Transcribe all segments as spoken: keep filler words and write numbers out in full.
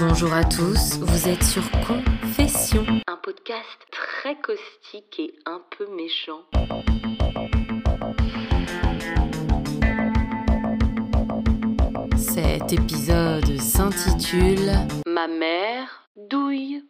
Bonjour à tous, vous êtes sur Confession, un podcast très caustique et un peu méchant. Cet épisode s'intitule Ma mère douille.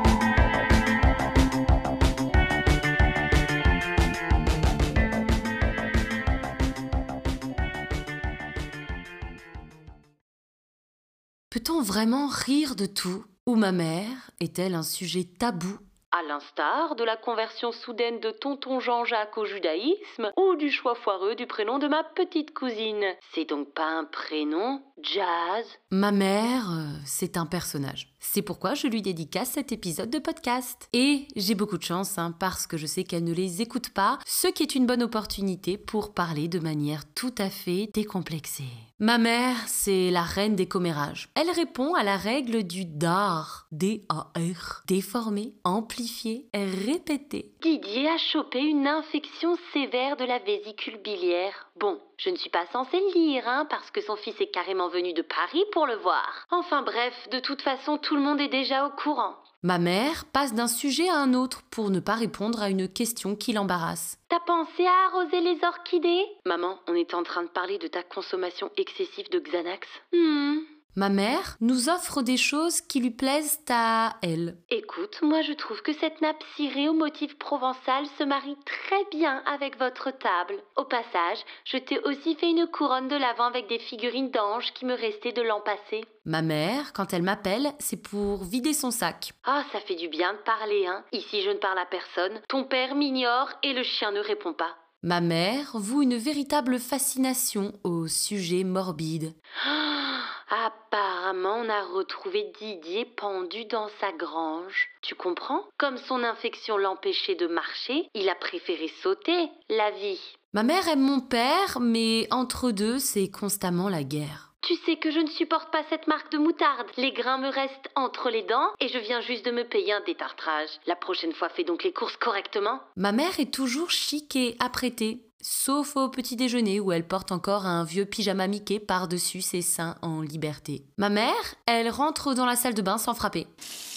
Peut-on vraiment rire de tout? Ou ma mère est-elle un sujet tabou? À l'instar de la conversion soudaine de tonton Jean-Jacques au judaïsme ou du choix foireux du prénom de ma petite cousine. C'est donc pas un prénom, Jazz? Ma mère, euh, c'est un personnage. C'est pourquoi je lui dédicace cet épisode de podcast. Et j'ai beaucoup de chance, hein, parce que je sais qu'elle ne les écoute pas, ce qui est une bonne opportunité pour parler de manière tout à fait décomplexée. Ma mère, c'est la reine des commérages. Elle répond à la règle du dar, D A R, déformé, amplifié, répété. Didier a chopé une infection sévère de la vésicule biliaire. Bon, je ne suis pas censée le lire, hein, parce que son fils est carrément venu de Paris pour le voir. Enfin bref, de toute façon, tout le monde est déjà au courant. Ma mère passe d'un sujet à un autre pour ne pas répondre à une question qui l'embarrasse. T'as pensé à arroser les orchidées? Maman, on est en train de parler de ta consommation excessive de Xanax. Hmm... Ma mère nous offre des choses qui lui plaisent à elle. Écoute, moi je trouve que cette nappe cirée au motif provençal se marie très bien avec votre table. Au passage, je t'ai aussi fait une couronne de l'Avent avec des figurines d'anges qui me restaient de l'an passé. Ma mère, quand elle m'appelle, c'est pour vider son sac. Ah, ça fait du bien de parler, hein. Ici je ne parle à personne. Ton père m'ignore et le chien ne répond pas. Ma mère voue une véritable fascination au sujet morbide. Apparemment, on a retrouvé Didier pendu dans sa grange. Tu comprends? Comme son infection l'empêchait de marcher, il a préféré sauter la vie. Ma mère aime mon père, mais entre deux, c'est constamment la guerre. Tu sais que je ne supporte pas cette marque de moutarde. Les grains me restent entre les dents et je viens juste de me payer un détartrage. La prochaine fois, fais donc les courses correctement. Ma mère est toujours chic et apprêtée, sauf au petit déjeuner où elle porte encore un vieux pyjama Mickey par-dessus ses seins en liberté. Ma mère, elle rentre dans la salle de bain sans frapper.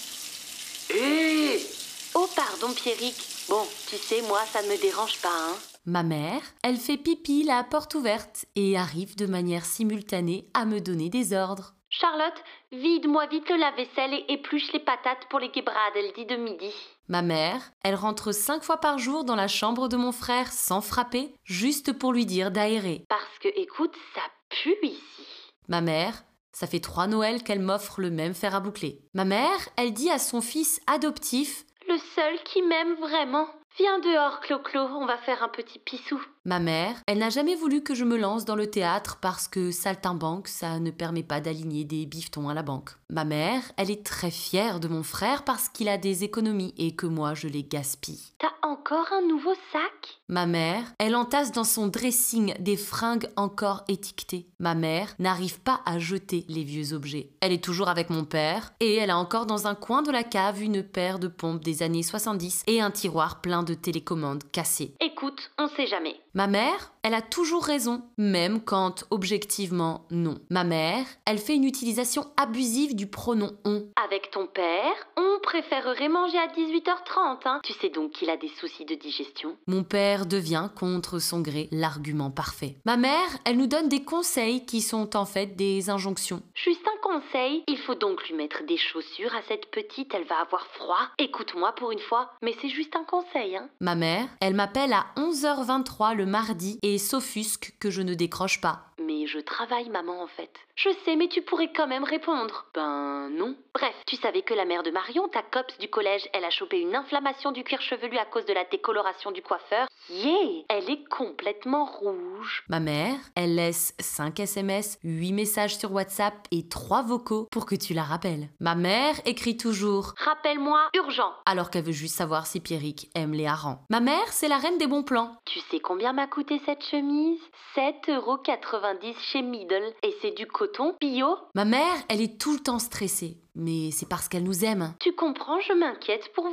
Hé! Oh pardon Pierrick. Bon, tu sais, moi ça ne me dérange pas, hein. Ma mère, elle fait pipi la porte ouverte et arrive de manière simultanée à me donner des ordres. Charlotte, vide-moi vite le lave-vaisselle et épluche les patates pour les quebrades, elle dit de midi. Ma mère, elle rentre cinq fois par jour dans la chambre de mon frère sans frapper, juste pour lui dire d'aérer. Parce que, écoute, ça pue ici. Ma mère, ça fait trois Noëls qu'elle m'offre le même fer à boucler. Ma mère, elle dit à son fils adoptif « Le seul qui m'aime vraiment. Viens dehors, Clo-Clo, on va faire un petit pissou. » Ma mère, elle n'a jamais voulu que je me lance dans le théâtre parce que saltimbanque, ça ne permet pas d'aligner des bifetons à la banque. Ma mère, elle est très fière de mon frère parce qu'il a des économies et que moi, je les gaspille. T'as encore un nouveau sac? Ma mère, elle entasse dans son dressing des fringues encore étiquetées. Ma mère n'arrive pas à jeter les vieux objets. Elle est toujours avec mon père et elle a encore dans un coin de la cave une paire de pompes des années soixante-dix et un tiroir plein de télécommandes cassées. Écoute, on sait jamais. Ma mère, elle a toujours raison, même quand, objectivement, non. Ma mère, elle fait une utilisation abusive du pronom « on ». Avec ton père, on préférerait manger à dix-huit heures trente, hein. Tu sais donc qu'il a des soucis de digestion. Mon père devient, contre son gré, l'argument parfait. Ma mère, elle nous donne des conseils qui sont en fait des injonctions. Juste un conseil, il faut donc lui mettre des chaussures à cette petite, elle va avoir froid. Écoute-moi pour une fois, mais c'est juste un conseil, hein. Ma mère, elle m'appelle à onze heures vingt-trois le mardi et s'offusque que je ne décroche pas. Mais je travaille, maman, en fait. Je sais, mais tu pourrais quand même répondre. Ben non. Bref, tu savais que la mère de Marion, ta copse du collège, elle a chopé une inflammation du cuir chevelu à cause de la décoloration du coiffeur. Yeah! Elle est complètement rouge. Ma mère, elle laisse cinq S M S, huit messages sur WhatsApp et trois vocaux pour que tu la rappelles. Ma mère écrit toujours « Rappelle-moi, urgent !» alors qu'elle veut juste savoir si Pierrick aime les harengs. Ma mère, c'est la reine des bons plans. Tu sais combien m'a coûté cette chemise? sept euros quatre-vingt-dix chez Middle. Et c'est du coton bio. Ma mère, elle est tout le temps stressée. Mais c'est parce qu'elle nous aime. Tu comprends, je m'inquiète pour vous.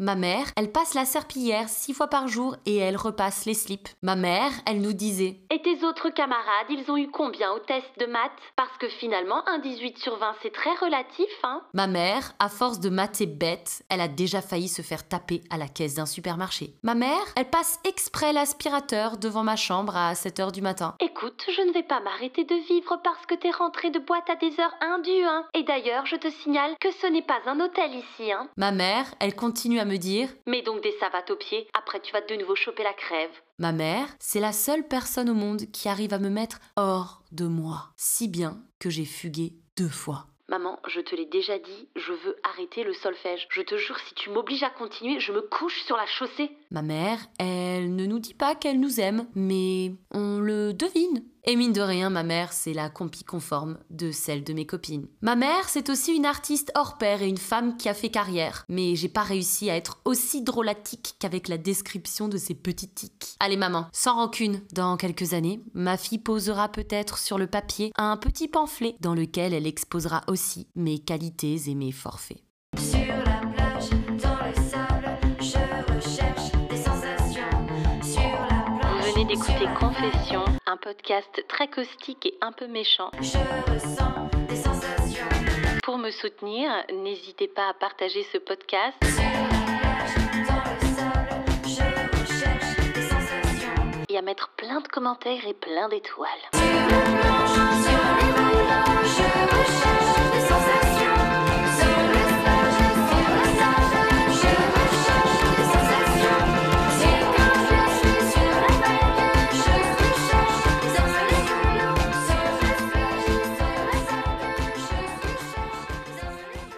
Ma mère, elle passe la serpillière six fois par jour et elle repasse les slips. Ma mère, elle nous disait « Et tes autres camarades, ils ont eu combien au test de maths ? Parce que finalement, un dix-huit sur vingt, c'est très relatif, hein ?» Ma mère, à force de maths bête, elle a déjà failli se faire taper à la caisse d'un supermarché. Ma mère, elle passe exprès l'aspirateur devant ma chambre à sept heures du matin. « Écoute, je ne vais pas m'arrêter de vivre parce que t'es rentré de boîte à des heures indues, hein. Et d'ailleurs, je te signale que ce n'est pas un hôtel ici, hein. » Ma mère, elle continue à me dire « Mets donc des savates aux pieds, après tu vas de nouveau choper la crève. » Ma mère, c'est la seule personne au monde qui arrive à me mettre hors de moi, si bien que j'ai fugué deux fois. Maman, je te l'ai déjà dit, je veux arrêter le solfège. Je te jure, si tu m'obliges à continuer, je me couche sur la chaussée. Ma mère, elle ne nous dit pas qu'elle nous aime, mais on le devine. Et mine de rien, ma mère, c'est la compie conforme de celle de mes copines. Ma mère, c'est aussi une artiste hors pair et une femme qui a fait carrière. Mais j'ai pas réussi à être aussi drôlatique qu'avec la description de ces petits tics. Allez maman, sans rancune, dans quelques années, ma fille posera peut-être sur le papier un petit pamphlet dans lequel elle exposera aussi mes qualités et mes forfaits. Sur la plage, dans le sable, je recherche des sensations. Sur la plage, Vous venez d'écouter Confession, un podcast très caustique et un peu méchant. je ressens des sensations. Pour me soutenir, n'hésitez pas à partager ce podcast. Sur la plage, dans le sable, je recherche des sensations. Et à mettre plein de commentaires et plein d'étoiles. Sur la planche, sur les vagues, je recherche des sensations. Sur les plages, sur le sable, je recherche des sensations. Et quand je suis sur la vague, je recherche des sensations. Sur les plages, sur le sable, je recherche des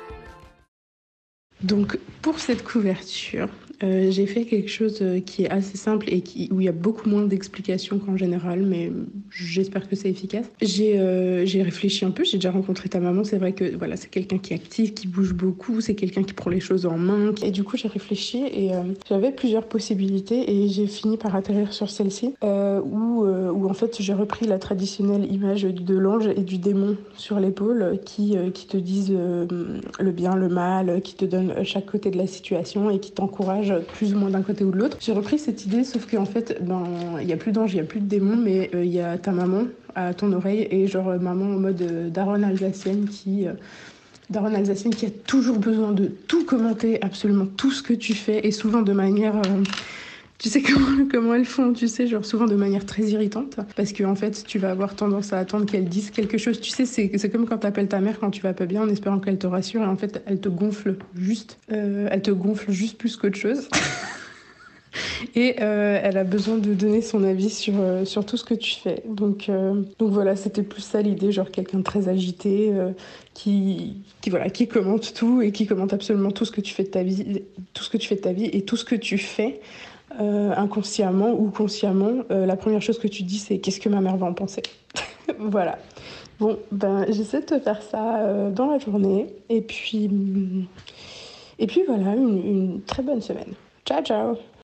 sensations. Donc pour cette couverture, euh, j'ai fait quelque chose euh, qui est assez simple et qui, où il y a beaucoup moins d'explications qu'en général, mais j'espère que c'est efficace. J'ai euh, j'ai réfléchi un peu, j'ai déjà rencontré ta maman, c'est vrai que voilà, c'est quelqu'un qui est actif, qui bouge beaucoup, c'est quelqu'un qui prend les choses en main. Et du coup j'ai réfléchi et euh, j'avais plusieurs possibilités et j'ai fini par atterrir sur celle-ci, euh, où, euh, où en fait j'ai repris la traditionnelle image de l'ange et du démon sur l'épaule qui, euh, qui te disent euh, le bien, le mal, qui te donnent chaque côté de la situation et qui t'encouragent plus ou moins d'un côté ou de l'autre. J'ai repris cette idée, sauf qu'en fait, ben, il n'y a plus d'ange, il n'y a plus de démon, mais il euh, y a ta maman à ton oreille et genre euh, maman en mode euh, daronne alsacienne qui... Euh, daronne alsacienne qui a toujours besoin de tout commenter, absolument tout ce que tu fais et souvent de manière... Euh, Tu sais comment, comment elles font, tu sais, genre souvent de manière très irritante. Parce qu'en en fait, tu vas avoir tendance à attendre qu'elle dise quelque chose. Tu sais, c'est, c'est comme quand t'appelles ta mère quand tu vas pas bien en espérant qu'elle te rassure. Et en fait, elle te gonfle juste. Euh, elle te gonfle juste plus qu'autre chose. Et euh, elle a besoin de donner son avis sur, euh, sur tout ce que tu fais. Donc, euh, donc voilà, c'était plus ça l'idée, genre quelqu'un de très agité, euh, qui, qui, voilà, qui commente tout et qui commente absolument tout ce que tu fais de ta vie, tout ce que tu fais de ta vie et tout ce que tu fais. Euh, inconsciemment ou consciemment, euh, la première chose que tu dis, c'est qu'est-ce que ma mère va en penser. Voilà. Bon, ben, j'essaie de te faire ça euh, dans la journée. Et puis, et puis voilà, une, une très bonne semaine. Ciao, ciao.